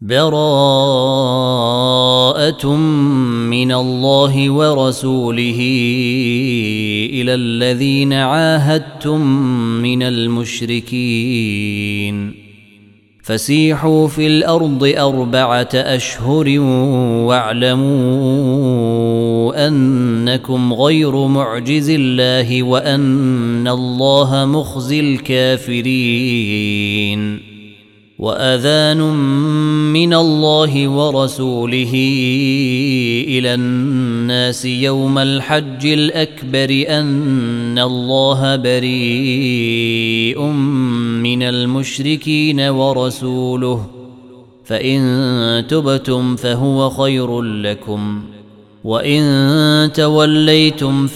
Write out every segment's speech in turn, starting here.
براءة من الله ورسوله إلى الذين عاهدتم من المشركين فسيحوا في الأرض 4 أشهر واعلموا أنكم غير معجز الله وأن الله مخزي الكافرين وأذان من الله ورسوله إلى الناس يوم الحج الأكبر أن الله بريء من المشركين ورسوله فإن تبتم فهو خير لكم وإن توليتم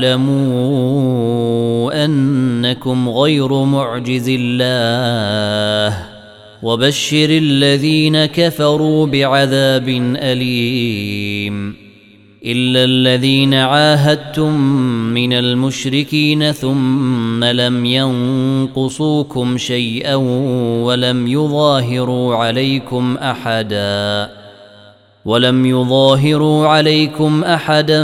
فاعلموا أنكم غير معجز الله وبشر الذين كفروا بعذاب أليم إلا الذين عاهدتم من المشركين ثم لم ينقصوكم شيئا ولم يظاهروا عليكم أحدا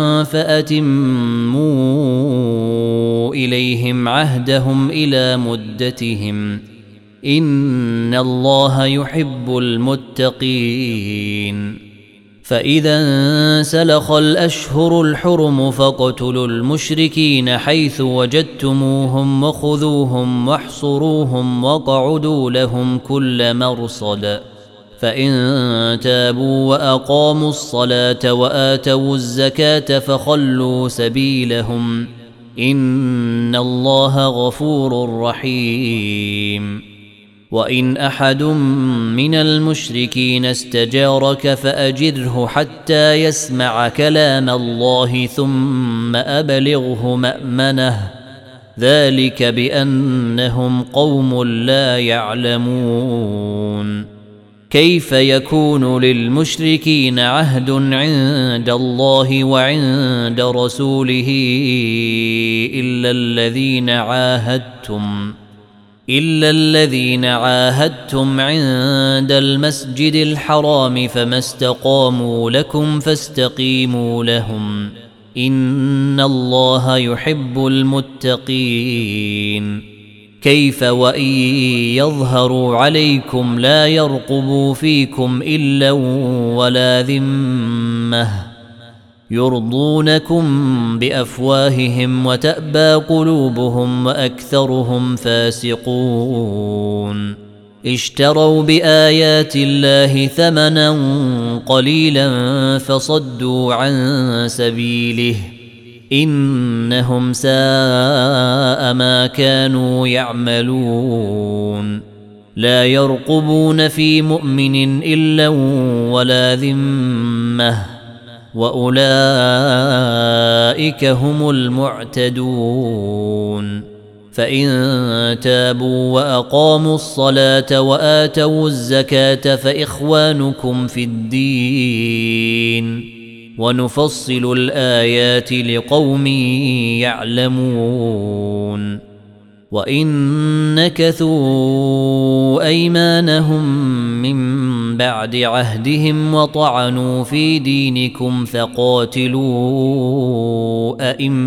فأتموا إليهم عهدهم إلى مدتهم إن الله يحب المتقين فإذا انسلخ الأشهر الحرم فاقتلوا المشركين حيث وجدتموهم وخذوهم واحصروهم واقعدوا لهم كل مرصد فإن تابوا وأقاموا الصلاة وآتوا الزكاة فخلوا سبيلهم إن الله غفور رحيم وإن أحد من المشركين استجارك فأجره حتى يسمع كلام الله ثم أبلغه مأمنه ذلك بأنهم قوم لا يعلمون كيف يكون للمشركين عهد عند الله وعند رسوله إلا الذين عاهدتم عند المسجد الحرام فما استقاموا لكم فاستقيموا لهم إن الله يحب المتقين كيف وإن يظهروا عليكم لا يرقبوا فيكم إلا ولا ذمة يرضونكم بأفواههم وتأبى قلوبهم وأكثرهم فاسقون اشتروا بآيات الله ثمنا قليلا فصدوا عن سبيله إنهم ساء ما كانوا يعملون لا يرقبون في مؤمن إلا ولا ذمة وأولئك هم المعتدون فإن تابوا وأقاموا الصلاة وآتوا الزكاة فإخوانكم في الدين ونفصل الآيات لقوم يعلمون وإن نكثوا أيمانهم من بعد عهدهم وطعنوا في دينكم فقاتلوا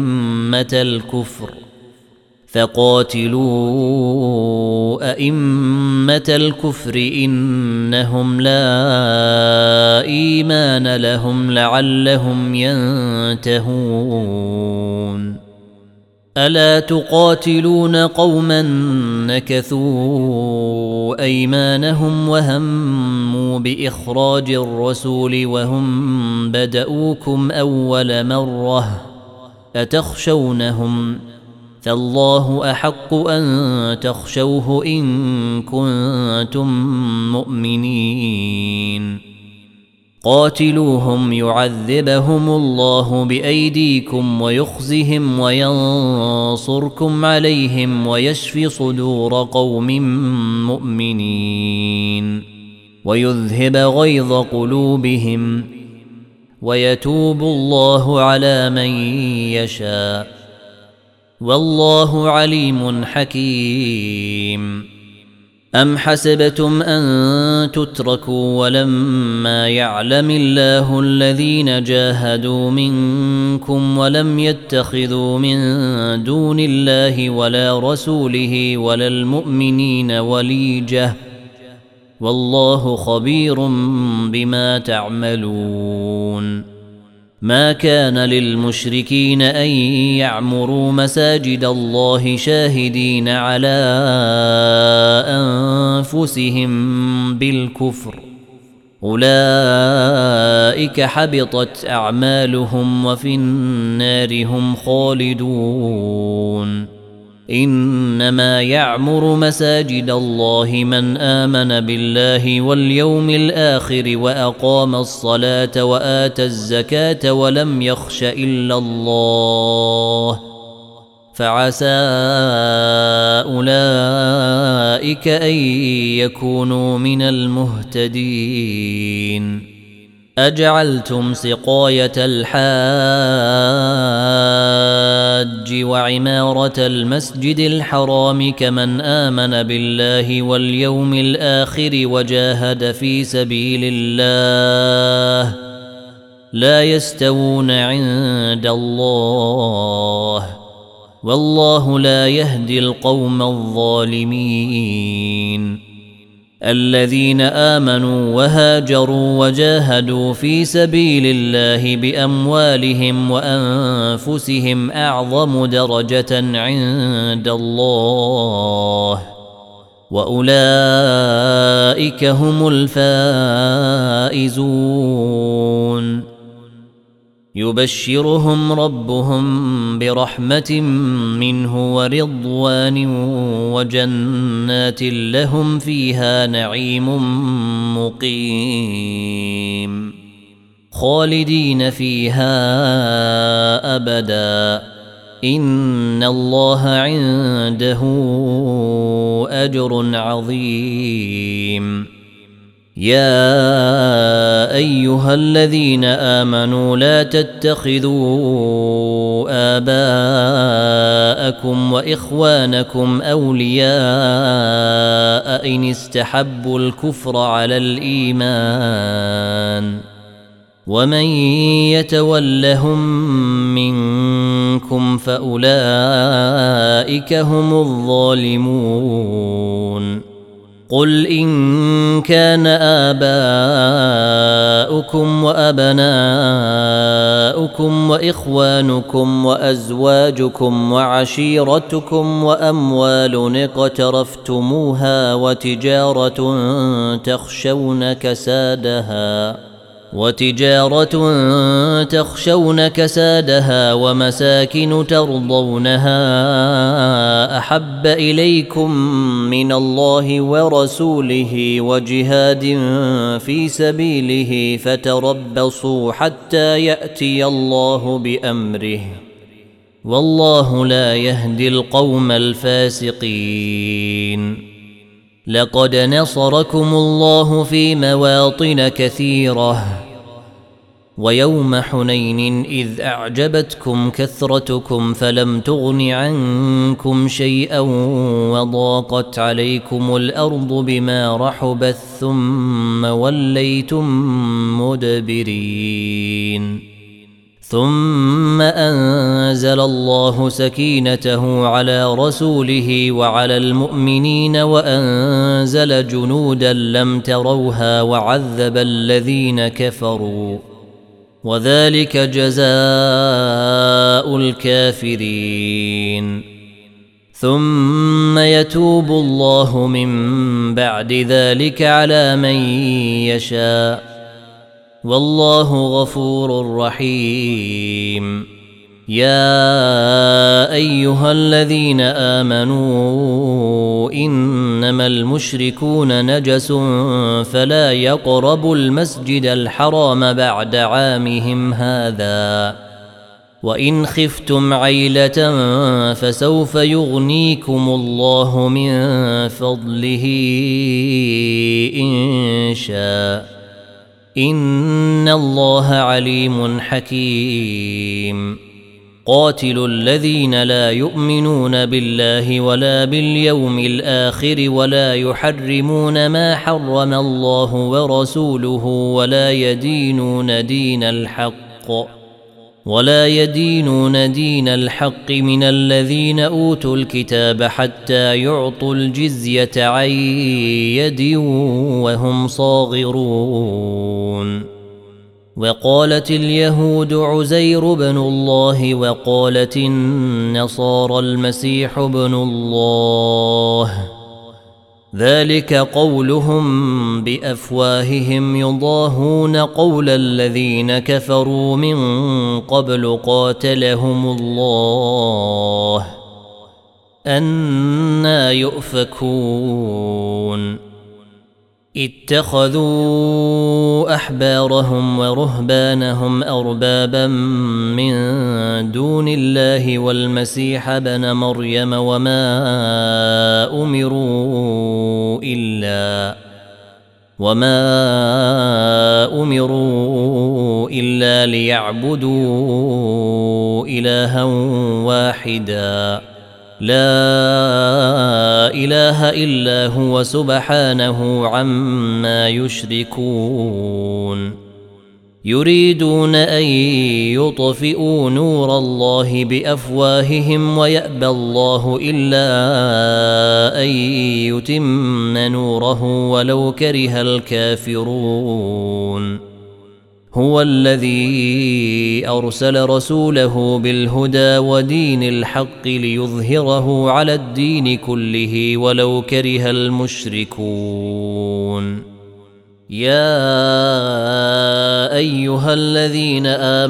أئمة الكفر إنهم لا إيمان لهم لعلهم ينتهون ألا تقاتلون قوما نكثوا أيمانهم وهموا بإخراج الرسول وهم بدؤوكم أول مرة أتخشونهم فالله أحق أن تخشوه إن كنتم مؤمنين قاتلوهم يعذبهم الله بأيديكم ويخزهم وينصركم عليهم ويشفي صدور قوم مؤمنين ويذهب غيظ قلوبهم ويتوب الله على من يشاء والله عليم حكيم أم حسبتم أن تتركوا ولما يعلم الله الذين جاهدوا منكم ولم يتخذوا من دون الله ولا رسوله ولا المؤمنين وليجة والله خبير بما تعملون ما كان للمشركين أن يعمروا مساجد الله شاهدين على أنفسهم بالكفر أولئك حبطت أعمالهم وفي النار هم خالدون إنما يعمر مساجد الله من آمن بالله واليوم الآخر وأقام الصلاة وآتى الزكاة ولم يخش إلا الله فعسى أولئك أن يكونوا من المهتدين أجعلتم سقاية الحاج وعمارة المسجد الحرام كمن آمن بالله واليوم الآخر وجاهد في سبيل الله لا يستوون عند الله والله لا يهدي القوم الظالمين الذين آمنوا وهاجروا وجاهدوا في سبيل الله بأموالهم وأنفسهم أعظم درجة عند الله وأولئك هم الفائزون يبشرهم ربهم برحمة منه ورضوان وجنات لهم فيها نعيم مقيم خالدين فيها أبدا إن الله عنده أجر عظيم يا أيها الذين آمنوا لا تتخذوا آباءكم وإخوانكم أولياء إن استحبوا الكفر على الإيمان ومن يتولهم منكم فأولئك هم الظالمون قل إن كان آباؤكم وأبناؤكم وإخوانكم وأزواجكم وعشيرتكم وأموال اقترفتموها وتجارة تخشون كسادها ومساكن ترضونها أحب إليكم من الله ورسوله وجهاد في سبيله فتربصوا حتى يأتي الله بأمره والله لا يهدي القوم الفاسقين لقد نصركم الله في مواطن كثيرة ويوم حنين إذ أعجبتكم كثرتكم فلم تغن عنكم شيئا وضاقت عليكم الأرض بما رحبت ثم وليتم مدبرين ثم أنزل الله سكينته على رسوله وعلى المؤمنين وأنزل جنودا لم تروها وعذب الذين كفروا وذلك جزاء الكافرين ثم يتوب الله من بعد ذلك على من يشاء والله غفور رحيم يا أيها الذين آمنوا إنما المشركون نجس فلا يقربوا المسجد الحرام بعد عامهم هذا وإن خفتم عيلة فسوف يغنيكم الله من فضله إن شاء إن الله عليم حكيم قاتلوا الذين لا يؤمنون بالله ولا باليوم الآخر ولا يحرمون ما حرم الله ورسوله ولا يدينون دين الحق من الذين أوتوا الكتاب حتى يعطوا الجزية عن يد وهم صاغرون. وقالت اليهود عزير بن الله وقالت النصارى المسيح بن الله، ذلك قولهم بأفواههم يضاهون قول الذين كفروا من قبل قاتلهم الله أنى يؤفكون. اتخذوا أحبارهم ورهبانهم أربابا من دون الله والمسيح ابن مريم وما أمروا إلا ليعبدوا إلها واحدا لا إله إلا هو سبحانه عما يشركون. يريدون أن يطفئوا نور الله بأفواههم ويأبى الله إلا أن يتم نوره ولو كره الكافرون. هو الذي أرسل رسوله بالهدى ودين الحق ليظهره على الدين كله ولو كره المشركون. يا أيها الذين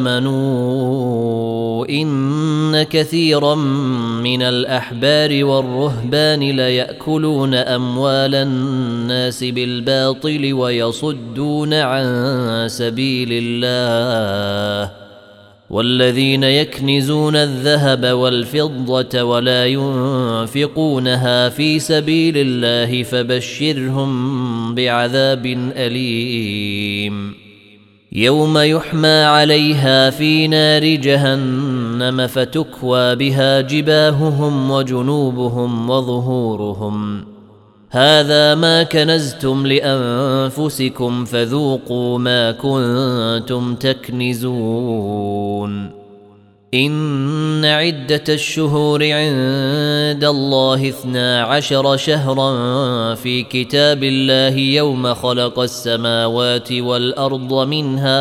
آمنوا إن كثيرا من الأحبار والرهبان ليأكلون أموال الناس بالباطل ويصدون عن سبيل الله، والذين يكنزون الذهب والفضة ولا ينفقونها في سبيل الله فبشرهم بعذاب أليم يوم يحمى عليها في نار جهنم فتكوى بها جباههم وجنوبهم وظهورهم هذا ما كنزتم لأنفسكم فذوقوا ما كنتم تكنزون. إن عدة الشهور عند الله 12 شهرا في كتاب الله يوم خلق السماوات والأرض منها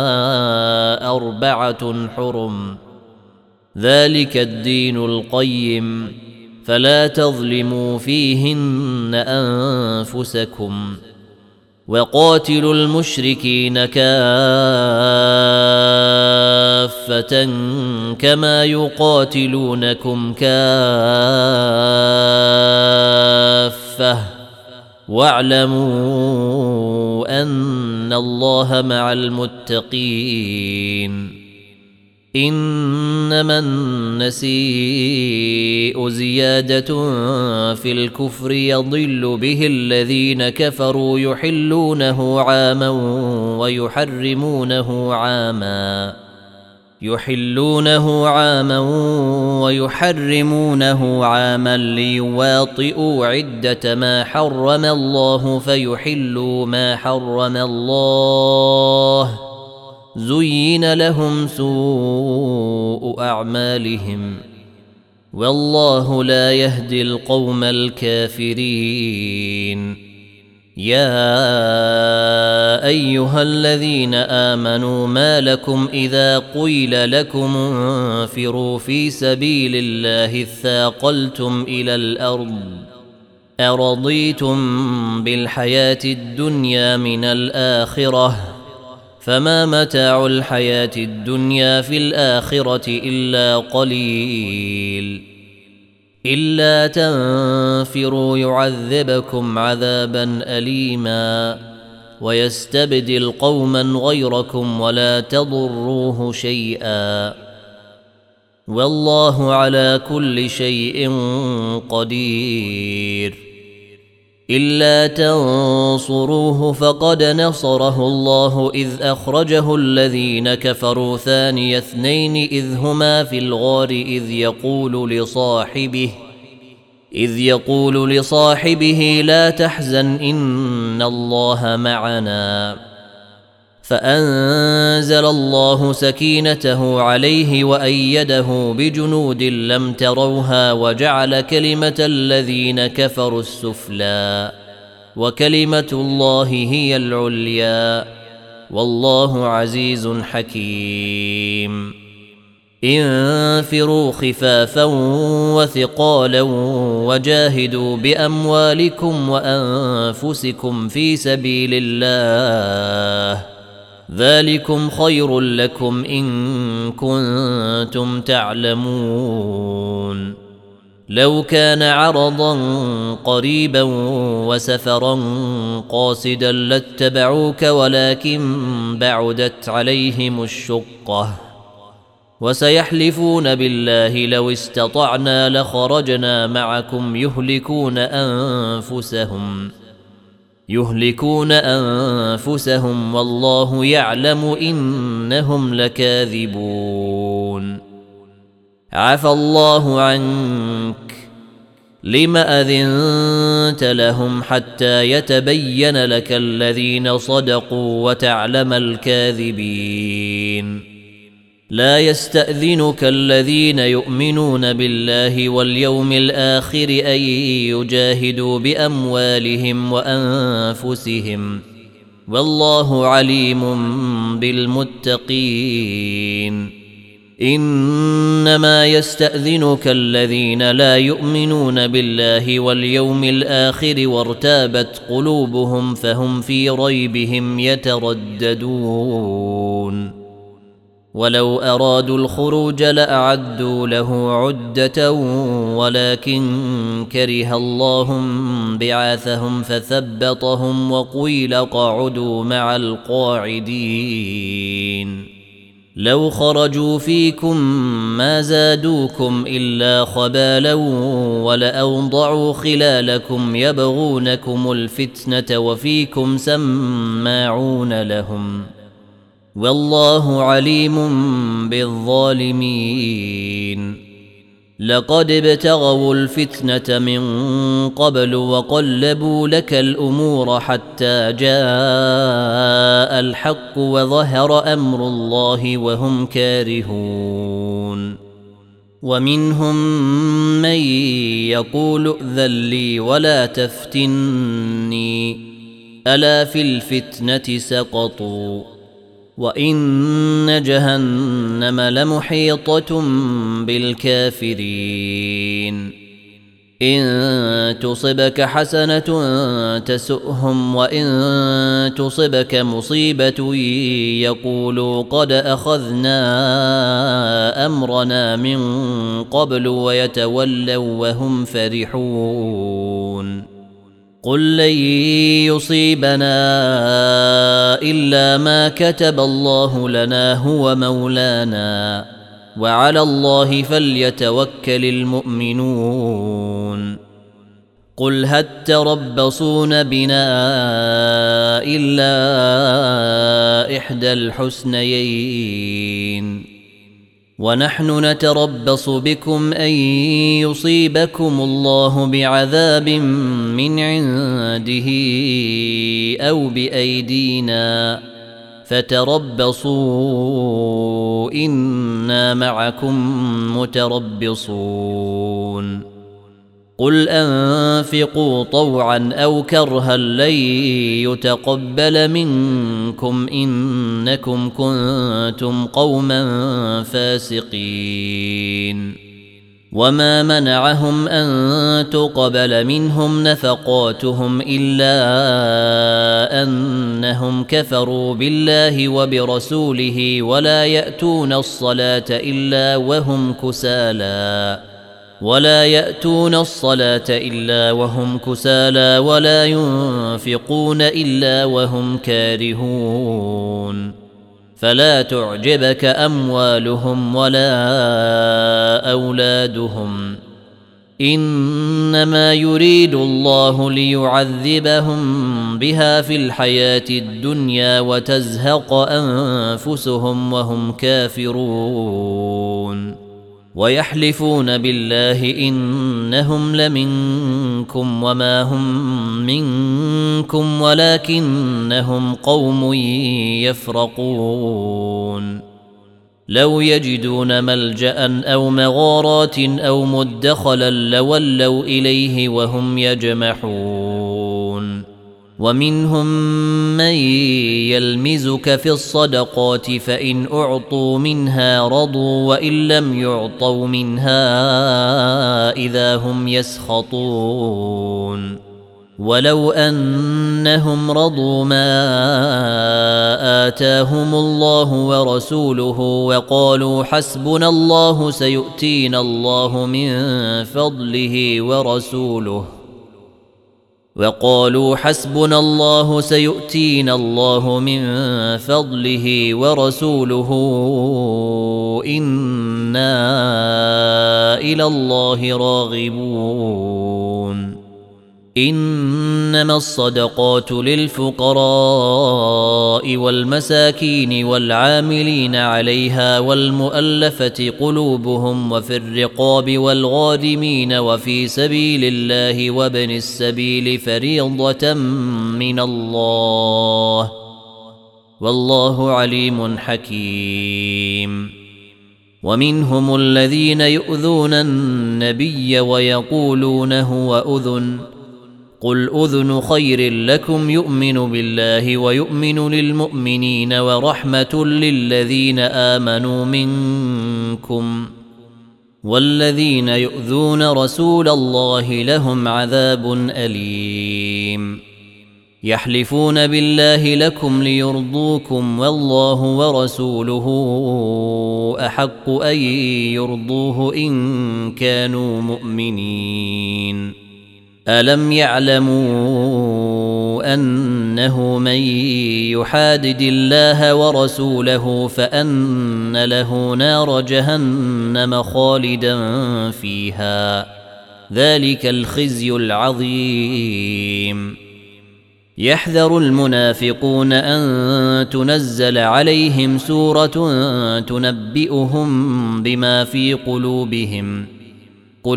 4 حرم ذلك الدين القيم فلا تظلموا فيهن أنفسكم. وقاتلوا المشركين كافة كما يقاتلونكم كافة واعلموا أن الله مع المتقين. إنما النسيء زيادة في الكفر يضل به الذين كفروا يحلونه عاما ويحرمونه عاما ليواطئوا عدة ما حرم الله فيحلوا ما حرم الله زين لهم سوء أعمالهم والله لا يهدي القوم الكافرين. يا أيها الذين آمنوا ما لكم إذا قيل لكم انفروا في سبيل الله اثاقلتم إلى الأرض أرضيتم بالحياة الدنيا من الآخرة فما متاع الحياة الدنيا في الآخرة إلا قليل. إلا تنفروا يعذبكم عذابا أليما ويستبدل قوما غيركم ولا تضروه شيئا والله على كل شيء قدير. إلا تنصروه فقد نصره الله إذ أخرجه الذين كفروا ثاني اثنين إذ هما في الغار إذ يقول لصاحبه لا تحزن إن الله معنا فأنزل الله سكينته عليه وأيده بجنود لم تروها وجعل كلمة الذين كفروا السفلى وكلمة الله هي العليا والله عزيز حكيم انفروا خفافا وثقالا وجاهدوا بأموالكم وأنفسكم في سبيل الله ذلكم خير لكم إن كنتم تعلمون لو كان عرضا قريبا وسفرا قاصدا لاتبعوك ولكن بعدت عليهم الشقة وسيحلفون بالله لو استطعنا لخرجنا معكم يهلكون أنفسهم والله يعلم إنهم لكاذبون عفى الله عنك لم أذنت لهم حتى يتبين لك الذين صدقوا وتعلم الكاذبين لا يستأذنك الذين يؤمنون بالله واليوم الآخر أن يجاهدوا بأموالهم وأنفسهم والله عليم بالمتقين إنما يستأذنك الذين لا يؤمنون بالله واليوم الآخر وارتابت قلوبهم فهم في ريبهم يترددون ولو أرادوا الخروج لأعدوا له عدة ولكن كره الله بعاثهم فثبطهم وقيل اقعدوا مع القاعدين لو خرجوا فيكم ما زادوكم إلا خبالا ولأوضعوا خلالكم يبغونكم الفتنة وفيكم سماعون لهم والله عليم بالظالمين لقد ابتغوا الفتنة من قبل وقلبوا لك الأمور حتى جاء الحق وظهر أمر الله وهم كارهون ومنهم من يقول ائذن لي ولا تفتني ألا في الفتنة سقطوا وإن جهنم لمحيطة بالكافرين إن تصبك حسنة تسؤهم وإن تصبك مصيبة يقولوا قد أخذنا أمرنا من قبل ويتولوا وهم فرحون قل لن يصيبنا إلا ما كتب الله لنا هو مولانا وعلى الله فليتوكل المؤمنون قل هل تربصون بنا إلا إحدى الحسنيين ونحن نتربص بكم أن يصيبكم الله بعذاب من عنده أو بأيدينا فتربصوا إنا معكم متربصون قل أنفقوا طوعا أو كرها لن يتقبل منكم إنكم كنتم قوما فاسقين وما منعهم أن تقبل منهم نفقاتهم إلا أنهم كفروا بالله وبرسوله ولا يأتون الصلاة إلا وهم كسالى ولا ينفقون إلا وهم كارهون فلا تعجبك أموالهم ولا أولادهم إنما يريد الله ليعذبهم بها في الحياة الدنيا وتزهق أنفسهم وهم كافرون ويحلفون بالله إنهم لمنكم وما هم منكم ولكنهم قوم يفرقون لو يجدون ملجأ أو مغارات أو مدخلا لولوا إليه وهم يجمحون ومنهم من يلمزك في الصدقات فإن أعطوا منها رضوا وإن لم يعطوا منها إذا هم يسخطون ولو أنهم رضوا ما آتاهم الله ورسوله وقالوا حسبنا الله سيؤتينا الله من فضله ورسوله إنا إلى الله راغبون إنما الصدقات للفقراء والمساكين والعاملين عليها والمؤلفة قلوبهم وفي الرقاب والغارمين وفي سبيل الله وابن السبيل فريضة من الله والله عليم حكيم ومنهم الذين يؤذون النبي ويقولون هو أذن قل أذن خير لكم يؤمن بالله ويؤمن للمؤمنين ورحمة للذين آمنوا منكم والذين يؤذون رسول الله لهم عذاب أليم يحلفون بالله لكم ليرضوكم والله ورسوله أحق أن يرضوه إن كانوا مؤمنين ألم يعلموا أنه من يحادد الله ورسوله فأن له نار جهنم خالدا فيها ذلك الخزي العظيم يحذر المنافقون أن تنزل عليهم سورة تنبئهم بما في قلوبهم قل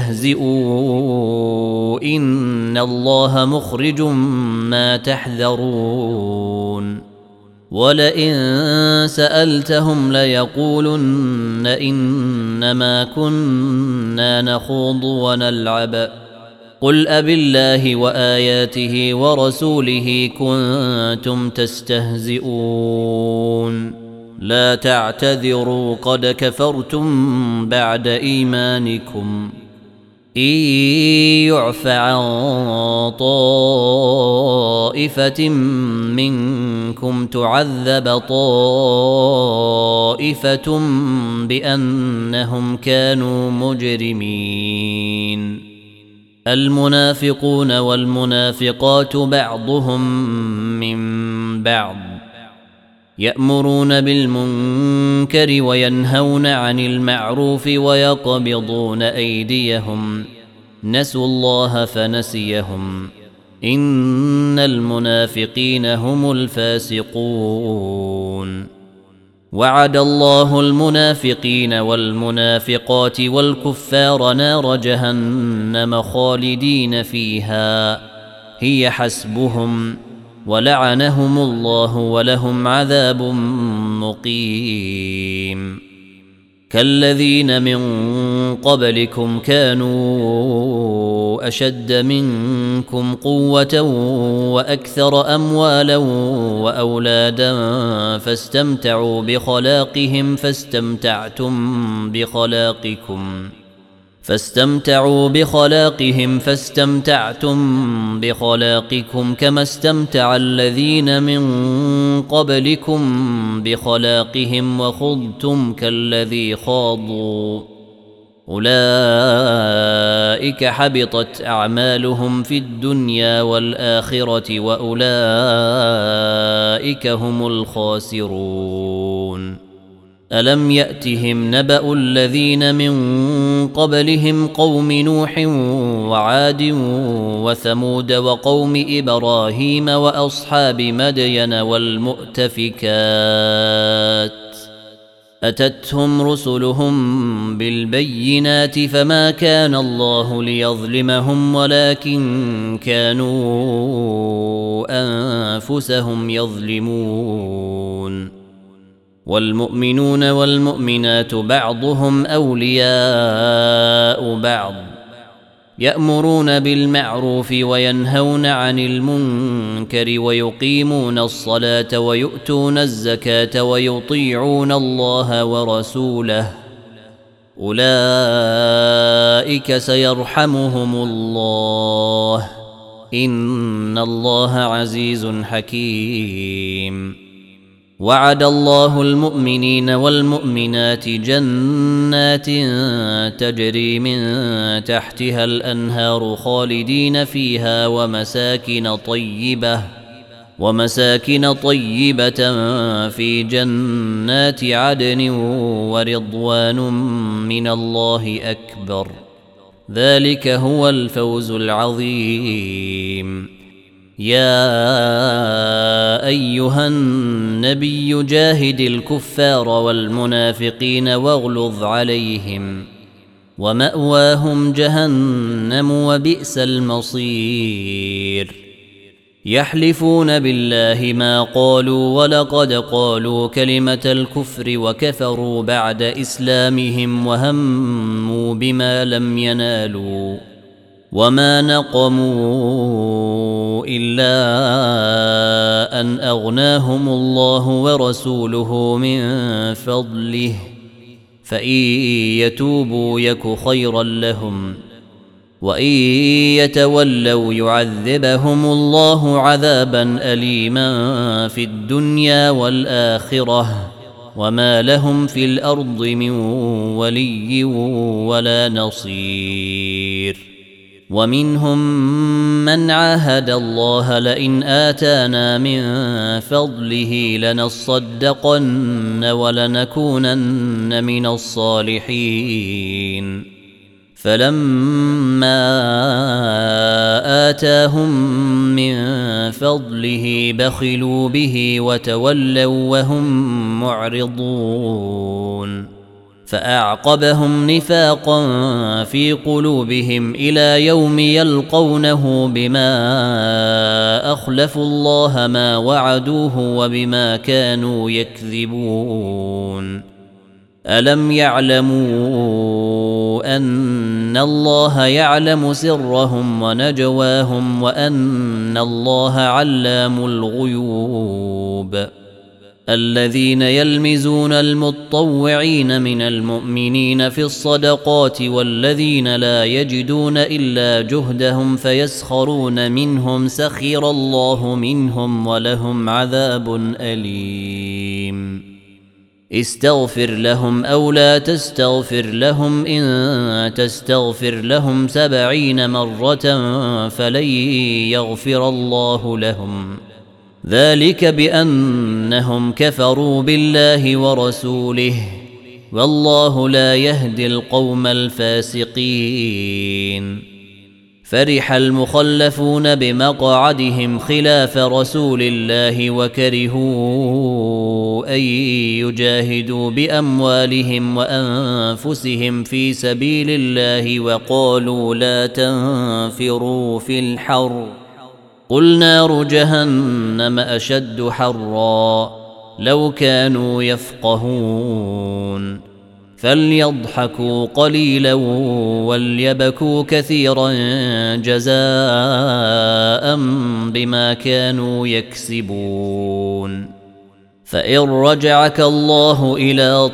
استهزئوا إن الله مخرج ما تحذرون ولئن سألتهم ليقولن إنما كنا نخوض ونلعب قل أبالله وآياته ورسوله كنتم تستهزئون لا تعتذروا قد كفرتم بعد إيمانكم إن يعف عن طائفة منكم تعذب طائفة بأنهم كانوا مجرمين المنافقون والمنافقات بعضهم من بعض يأمرون بالمنكر وينهون عن المعروف ويقبضون أيديهم نسوا الله فنسيهم إن المنافقين هم الفاسقون وعد الله المنافقين والمنافقات والكفار نار جهنم خالدين فيها هي حسبهم ولعنهم الله ولهم عذاب مقيم كالذين من قبلكم كانوا أشد منكم قوة وأكثر أموالا وأولادا فاستمتعوا بخلاقهم فاستمتعتم بخلاقكم كما استمتع الذين من قبلكم بخلاقهم وخضتم كالذي خاضوا أولئك حبطت أعمالهم في الدنيا والآخرة وأولئك هم الخاسرون ألم يأتهم نبأ الذين من قبلهم قوم نوح وعاد وثمود وقوم إبراهيم وأصحاب مدين والمؤتفكات أتتهم رسلهم بالبينات فما كان الله ليظلمهم ولكن كانوا أنفسهم يظلمون والمؤمنون والمؤمنات بعضهم أولياء بعض يأمرون بالمعروف وينهون عن المنكر ويقيمون الصلاة ويؤتون الزكاة ويطيعون الله ورسوله أولئك سيرحمهم الله إن الله عزيز حكيم وعد الله المؤمنين والمؤمنات جنات تجري من تحتها الأنهار خالدين فيها ومساكن طيبة في جنات عدن ورضوان من الله أكبر ذلك هو الفوز العظيم يا أيها النبي جاهد الكفار والمنافقين واغلظ عليهم ومأواهم جهنم وبئس المصير يحلفون بالله ما قالوا ولقد قالوا كلمة الكفر وكفروا بعد إسلامهم وهموا بما لم ينالوا وما نقموا إلا أن أغناهم الله ورسوله من فضله فإن يتوبوا يك خيرا لهم وإن يتولوا يعذبهم الله عذابا أليما في الدنيا والآخرة وما لهم في الأرض من ولي ولا نصير ومنهم من عاهد الله لئن آتانا من فضله لنصدقن ولنكونن من الصالحين فلما آتاهم من فضله بخلوا به وتولوا وهم معرضون فأعقبهم نفاقا في قلوبهم إلى يوم يلقونه بما أخلفوا الله ما وعدوه وبما كانوا يكذبون ألم يعلموا أن الله يعلم سرهم ونجواهم وأن الله علام الغيوب الذين يلمزون المتطوعين من المؤمنين في الصدقات والذين لا يجدون إلا جهدهم فيسخرون منهم سخر الله منهم ولهم عذاب أليم استغفر لهم أو لا تستغفر لهم إن تستغفر لهم 70 مرة فلن يغفر الله لهم ذلك بأنهم كفروا بالله ورسوله والله لا يهدي القوم الفاسقين فرح المخلفون بمقعدهم خلاف رسول الله وكرهوا أن يجاهدوا بأموالهم وأنفسهم في سبيل الله وقالوا لا تنفروا في الحر قل نار جهنم أشد حرا لو كانوا يفقهون فليضحكوا قليلا وليبكوا كثيرا جزاء بما كانوا يكسبون فإن رجعك الله إلى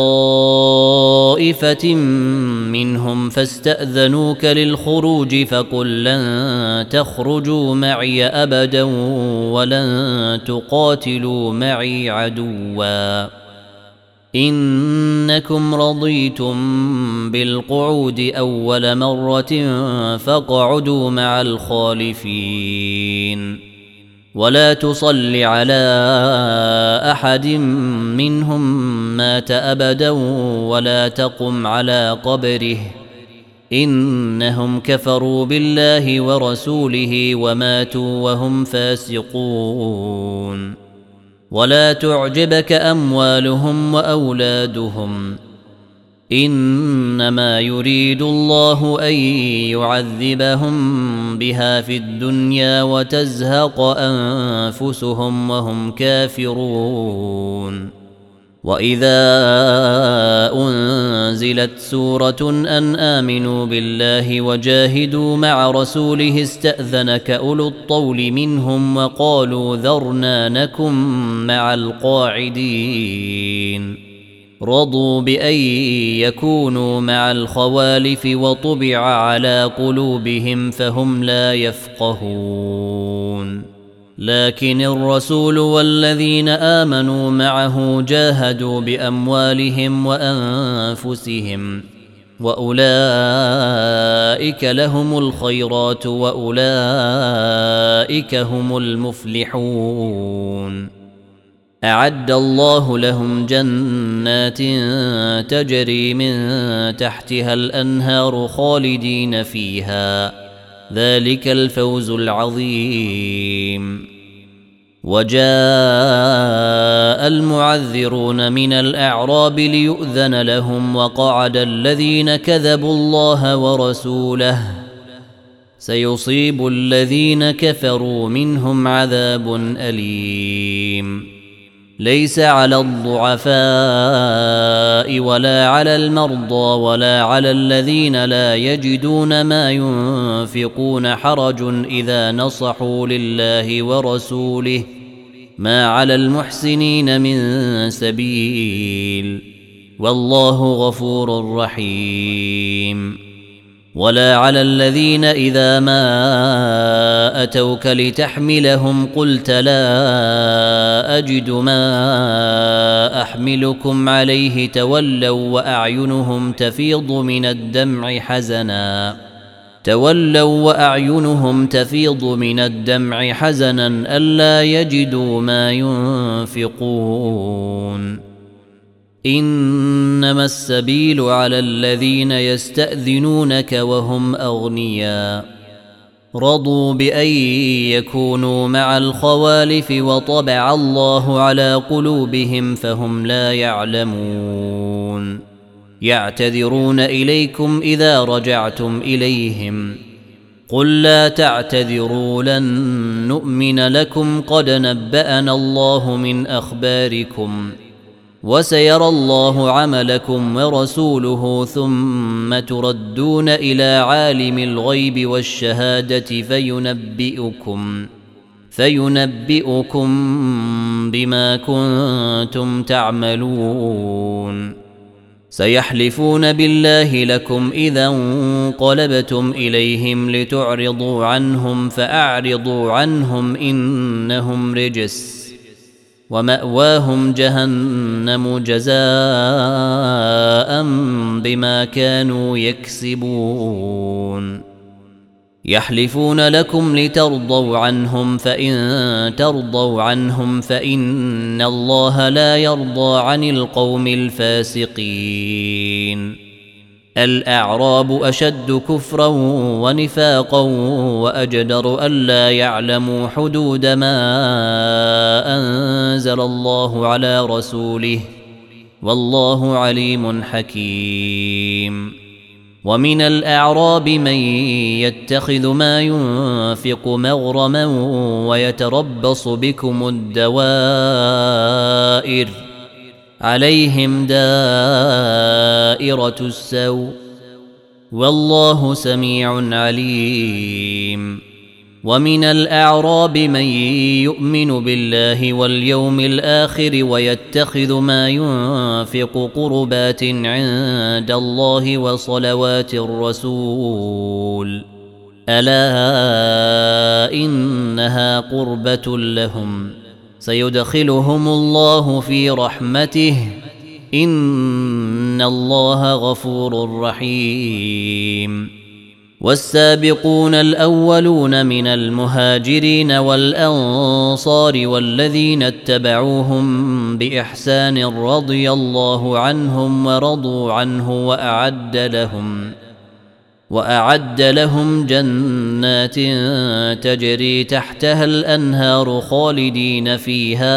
طائفة منهم فاستأذنوك للخروج فقل لن تخرجوا معي أبدا ولن تقاتلوا معي عدوا إنكم رضيتم بالقعود أول مرة فاقعدوا مع الخالفين ولا تصل على أحد منهم مات أبدا ولا تقم على قبره إنهم كفروا بالله ورسوله وماتوا وهم فاسقون. ولا تعجبك أموالهم وأولادهم إنما يريد الله أن يعذبهم بها في الدنيا وتزهق أنفسهم وهم كافرون. وإذا أنزلت سورة أن آمنوا بالله وجاهدوا مع رسوله استأذنك أولو الطول منهم وقالوا ذرنا نكن مع القاعدين رضوا بأن يكونوا مع الخوالف وطبع على قلوبهم فهم لا يفقهون. لكن الرسول والذين آمنوا معه جاهدوا بأموالهم وأنفسهم وأولئك لهم الخيرات وأولئك هم المفلحون. أعد الله لهم جنات تجري من تحتها الأنهار خالدين فيها ذلك الفوز العظيم. وجاء المعذرون من الأعراب ليؤذن لهم وقعد الذين كذبوا الله ورسوله سيصيب الذين كفروا منهم عذاب أليم. ليس على الضعفاء ولا على المرضى ولا على الذين لا يجدون ما ينفقون حرج إذا نصحوا لله ورسوله ما على المحسنين من سبيل والله غفور رحيم. ولا على الذين إذا ما أتوك لتحملهم قلت لا أجد ما أحملكم عليه تولوا وأعينهم تفيض من الدمع حزنا ألا يجدوا ما ينفقون. إنما السبيل على الذين يستأذنونك وهم أغنياء رضوا بأن يكونوا مع الخوالف وطبع الله على قلوبهم فهم لا يعلمون. يعتذرون إليكم إذا رجعتم إليهم قل لا تعتذروا لن نؤمن لكم قد نبأنا الله من أخباركم وسيرى الله عملكم ورسوله ثم تردون إلى عالم الغيب والشهادة فينبئكم بما كنتم تعملون. سيحلفون بالله لكم إذا انقلبتم إليهم لتعرضوا عنهم فأعرضوا عنهم إنهم رجس ومأواهم جهنم جزاء بما كانوا يكسبون. يحلفون لكم لترضوا عنهم فإن ترضوا عنهم فإن الله لا يرضى عن القوم الفاسقين. الأعراب أشد كفرا ونفاقا وأجدر ألا يعلموا حدود ما أنزل الله على رسوله والله عليم حكيم. ومن الأعراب من يتخذ ما ينفق مغرما ويتربص بكم الدوائر عليهم دائرة السوء والله سميع عليم. ومن الأعراب من يؤمن بالله واليوم الآخر ويتخذ ما ينفق قربات عند الله وصلوات الرسول ألا إنها قربة لهم سيدخلهم الله في رحمته إن الله غفور رحيم. والسابقون الأولون من المهاجرين والأنصار والذين اتبعوهم بإحسان رضي الله عنهم ورضوا عنه وأعد لهم جنات تجري تحتها الأنهار خالدين فيها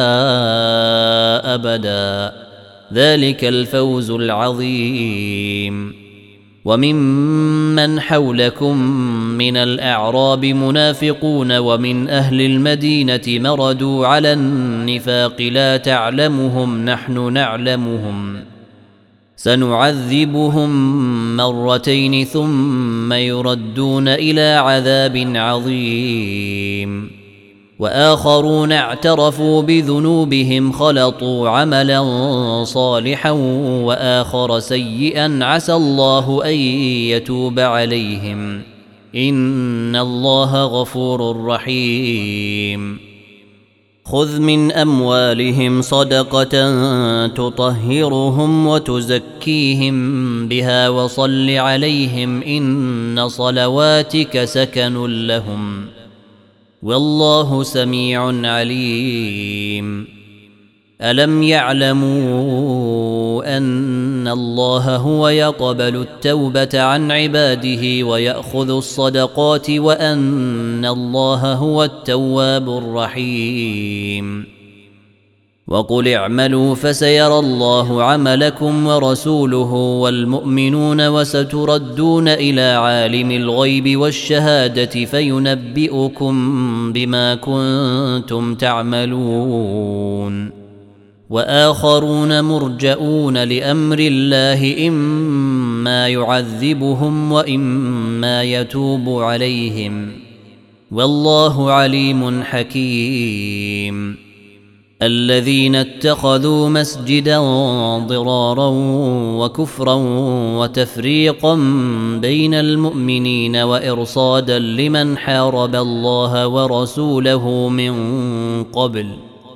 أبدا، ذلك الفوز العظيم. وممن حولكم من الأعراب منافقون ومن أهل المدينة مردوا على النفاق لا تعلمهم نحن نعلمهم سنعذبهم مرتين ثم يردون إلى عذاب عظيم. وآخرون اعترفوا بذنوبهم خلطوا عملا صالحا وآخر سيئا عسى الله أن يتوب عليهم إن الله غفور رحيم. خذ من أموالهم صدقة تطهرهم وتزكيهم بها وصل عليهم إن صلواتك سكن لهم والله سميع عليم. ألم يعلموا أن الله هو يقبل التوبة عن عباده ويأخذ الصدقات وأن الله هو التواب الرحيم. وقل اعملوا فسيرى الله عملكم ورسوله والمؤمنون وستردون إلى عالم الغيب والشهادة فينبئكم بما كنتم تعملون. وآخرون مرجؤون لأمر الله إما يعذبهم وإما يتوب عليهم والله عليم حكيم. الذين اتخذوا مسجدا ضرارا وكفرا وتفريقا بين المؤمنين وإرصادا لمن حارب الله ورسوله من قبل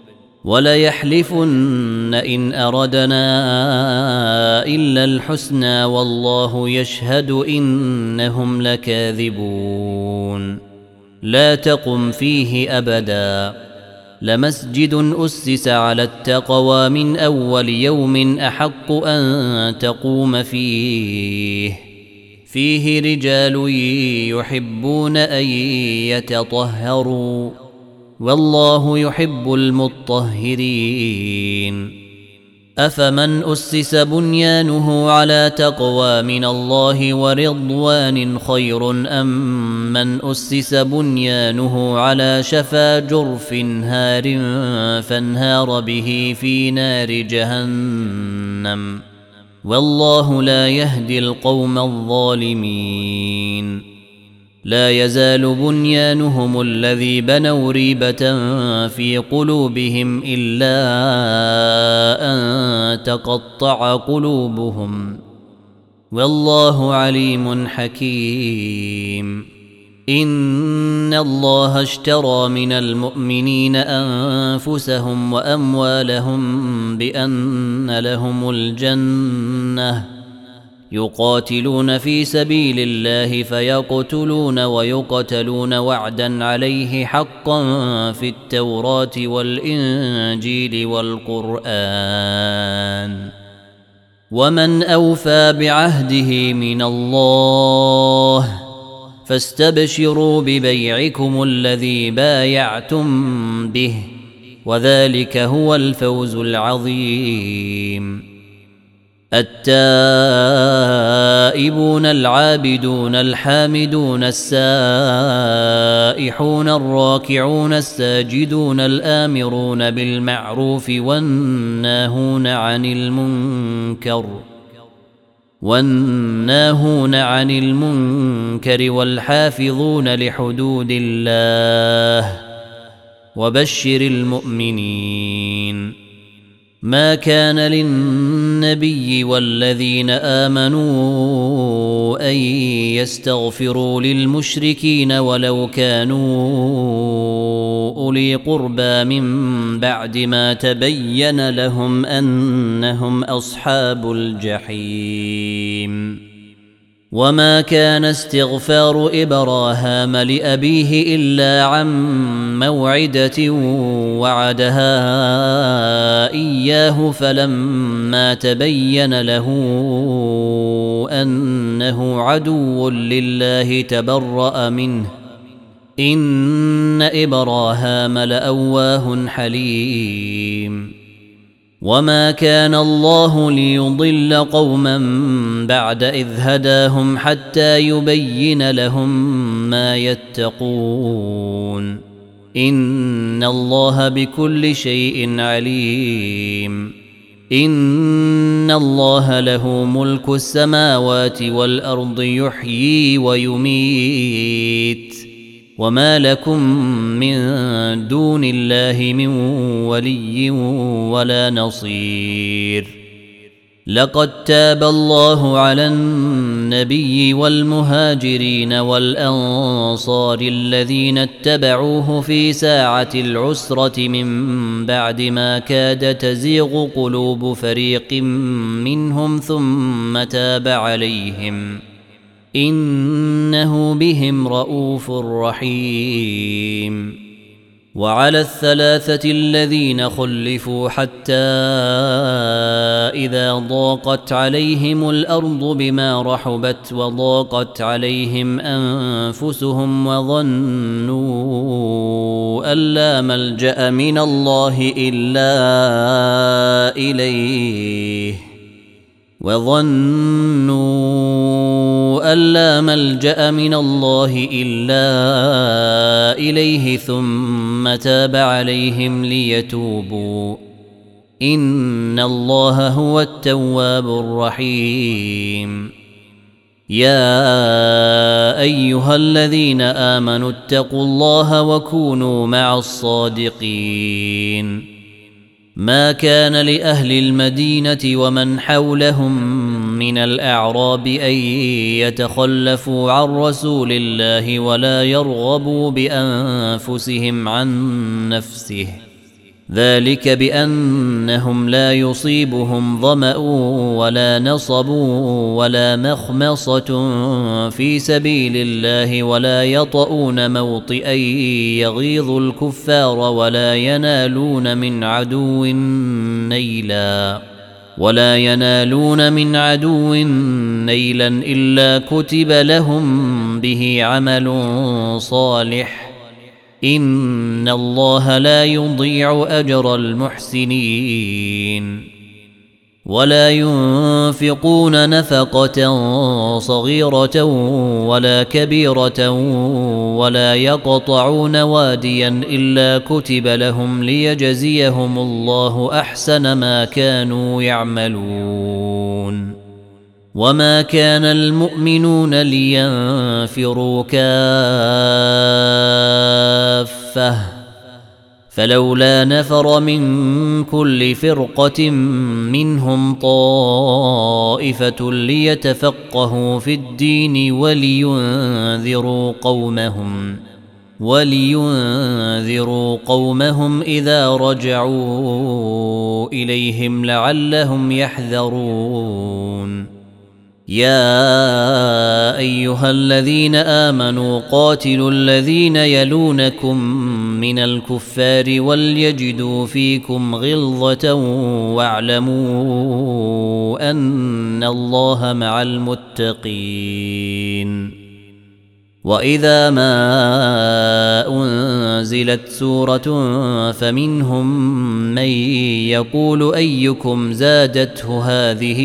وليحلفن إن أردنا إلا الحسنى والله يشهد إنهم لكاذبون. لا تقم فيه أبدا لمسجد أسس على التقوى من أول يوم أحق أن تقوم فيه رجال يحبون أن يتطهروا والله يحب المطهرين. أفمن أسس بنيانه على تقوى من الله ورضوان خير أم من أسس بنيانه على شفا جرف هار فانهار به في نار جهنم والله لا يهدي القوم الظالمين. لا يزال بنيانهم الذي بنوا ريبة في قلوبهم إلا أن تقطع قلوبهم والله عليم حكيم. إن الله اشترى من المؤمنين أنفسهم وأموالهم بأن لهم الجنة يقاتلون في سبيل الله فيقتلون ويقتلون وعدا عليه حقا في التوراة والإنجيل والقرآن ومن أوفى بعهده من الله فاستبشروا ببيعكم الذي بايعتم به وذلك هو الفوز العظيم. التائبون العابدون الحامدون السائحون الراكعون الساجدون الآمرون بالمعروف والناهون عن المنكر والحافظون لحدود الله وبشر المؤمنين. ما كان للنبي والذين آمنوا أن يستغفروا للمشركين ولو كانوا أولي قربى من بعد ما تبين لهم أنهم أصحاب الجحيم. وما كان استغفار إبراهام لأبيه إلا عن موعدة وعدها إياه فلما تبين له أنه عدو لله تبرأ منه إن إبراهام لأواه حليم وما كان الله ليضل قوما بعد إذ هداهم حتى يبين لهم ما يتقون إن الله بكل شيء عليم إن الله له ملك السماوات والأرض يحيي ويميت وما لكم من دون الله من ولي ولا نصير لقد تاب الله على النبي والمهاجرين والأنصار الذين اتبعوه في ساعة العسرة من بعد ما كاد تزيغ قلوب فريق منهم ثم تاب عليهم إنه بهم رؤوف رحيم وعلى الثلاثة الذين خلفوا حتى إذا ضاقت عليهم الأرض بما رحبت وضاقت عليهم أنفسهم وظنوا أن لا ملجأ من الله إلا إليه ثم تاب عليهم ليتوبوا إن الله هو التواب الرحيم يا أيها الذين آمنوا اتقوا الله وكونوا مع الصادقين ما كان لأهل المدينة ومن حولهم من الأعراب أن يتخلفوا عن رسول الله ولا يرغبوا بأنفسهم عن نفسه ذلك بأنهم لا يصيبهم ظمأ ولا نصب ولا مخمصة في سبيل الله ولا يطؤون موطئا يغيظ الكفار ولا ينالون من عدو نيلا إلا كتب لهم به عمل صالح إن الله لا يضيع أجر المحسنين ولا ينفقون نفقة صغيرة ولا كبيرة ولا يقطعون واديا إلا كتب لهم ليجزيهم الله أحسن ما كانوا يعملون وما كان المؤمنون لينفروا كافة فلولا نفر من كل فرقة منهم طائفة ليتفقهوا في الدين ولينذروا قومهم إذا رجعوا إليهم لعلهم يحذرون يا أيها الذين آمنوا قاتلوا الذين يلونكم من الكفار وليجدوا فيكم غلظة واعلموا أن الله مع المتقين وإذا ما أنزلت سورة فمنهم من يقول أيكم زادته هذه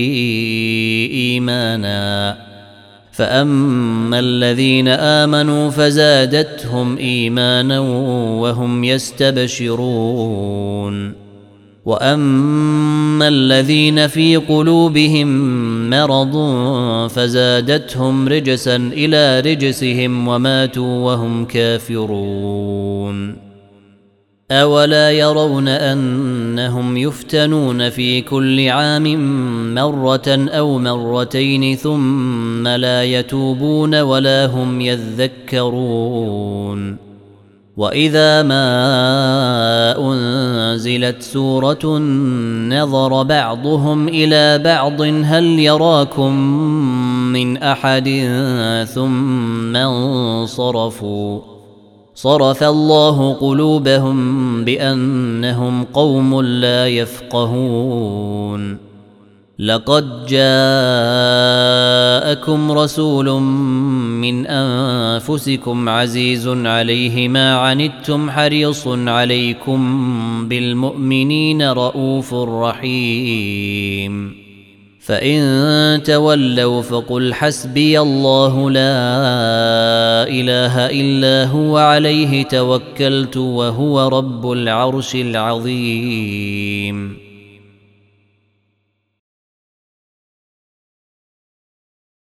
إيمانا فأما الذين آمنوا فزادتهم إيمانا وهم يستبشرون وأما الذين في قلوبهم مرض فزادتهم رجسا إلى رجسهم وماتوا وهم كافرون أولا يرون أنهم يفتنون في كل عام مرة أو مرتين ثم لا يتوبون ولا هم يذكرون وإذا ما أنزلت سورة نظر بعضهم إلى بعض هل يراكم من أحد ثم انصرفوا صرف الله قلوبهم بأنهم قوم لا يفقهون لقد جاءكم رسول من أنفسكم عزيز عليه ما عنتم حريص عليكم بالمؤمنين رؤوف رحيم فإن تولوا فقل حسبي الله لا إله إلا هو عليه توكلت وهو رب العرش العظيم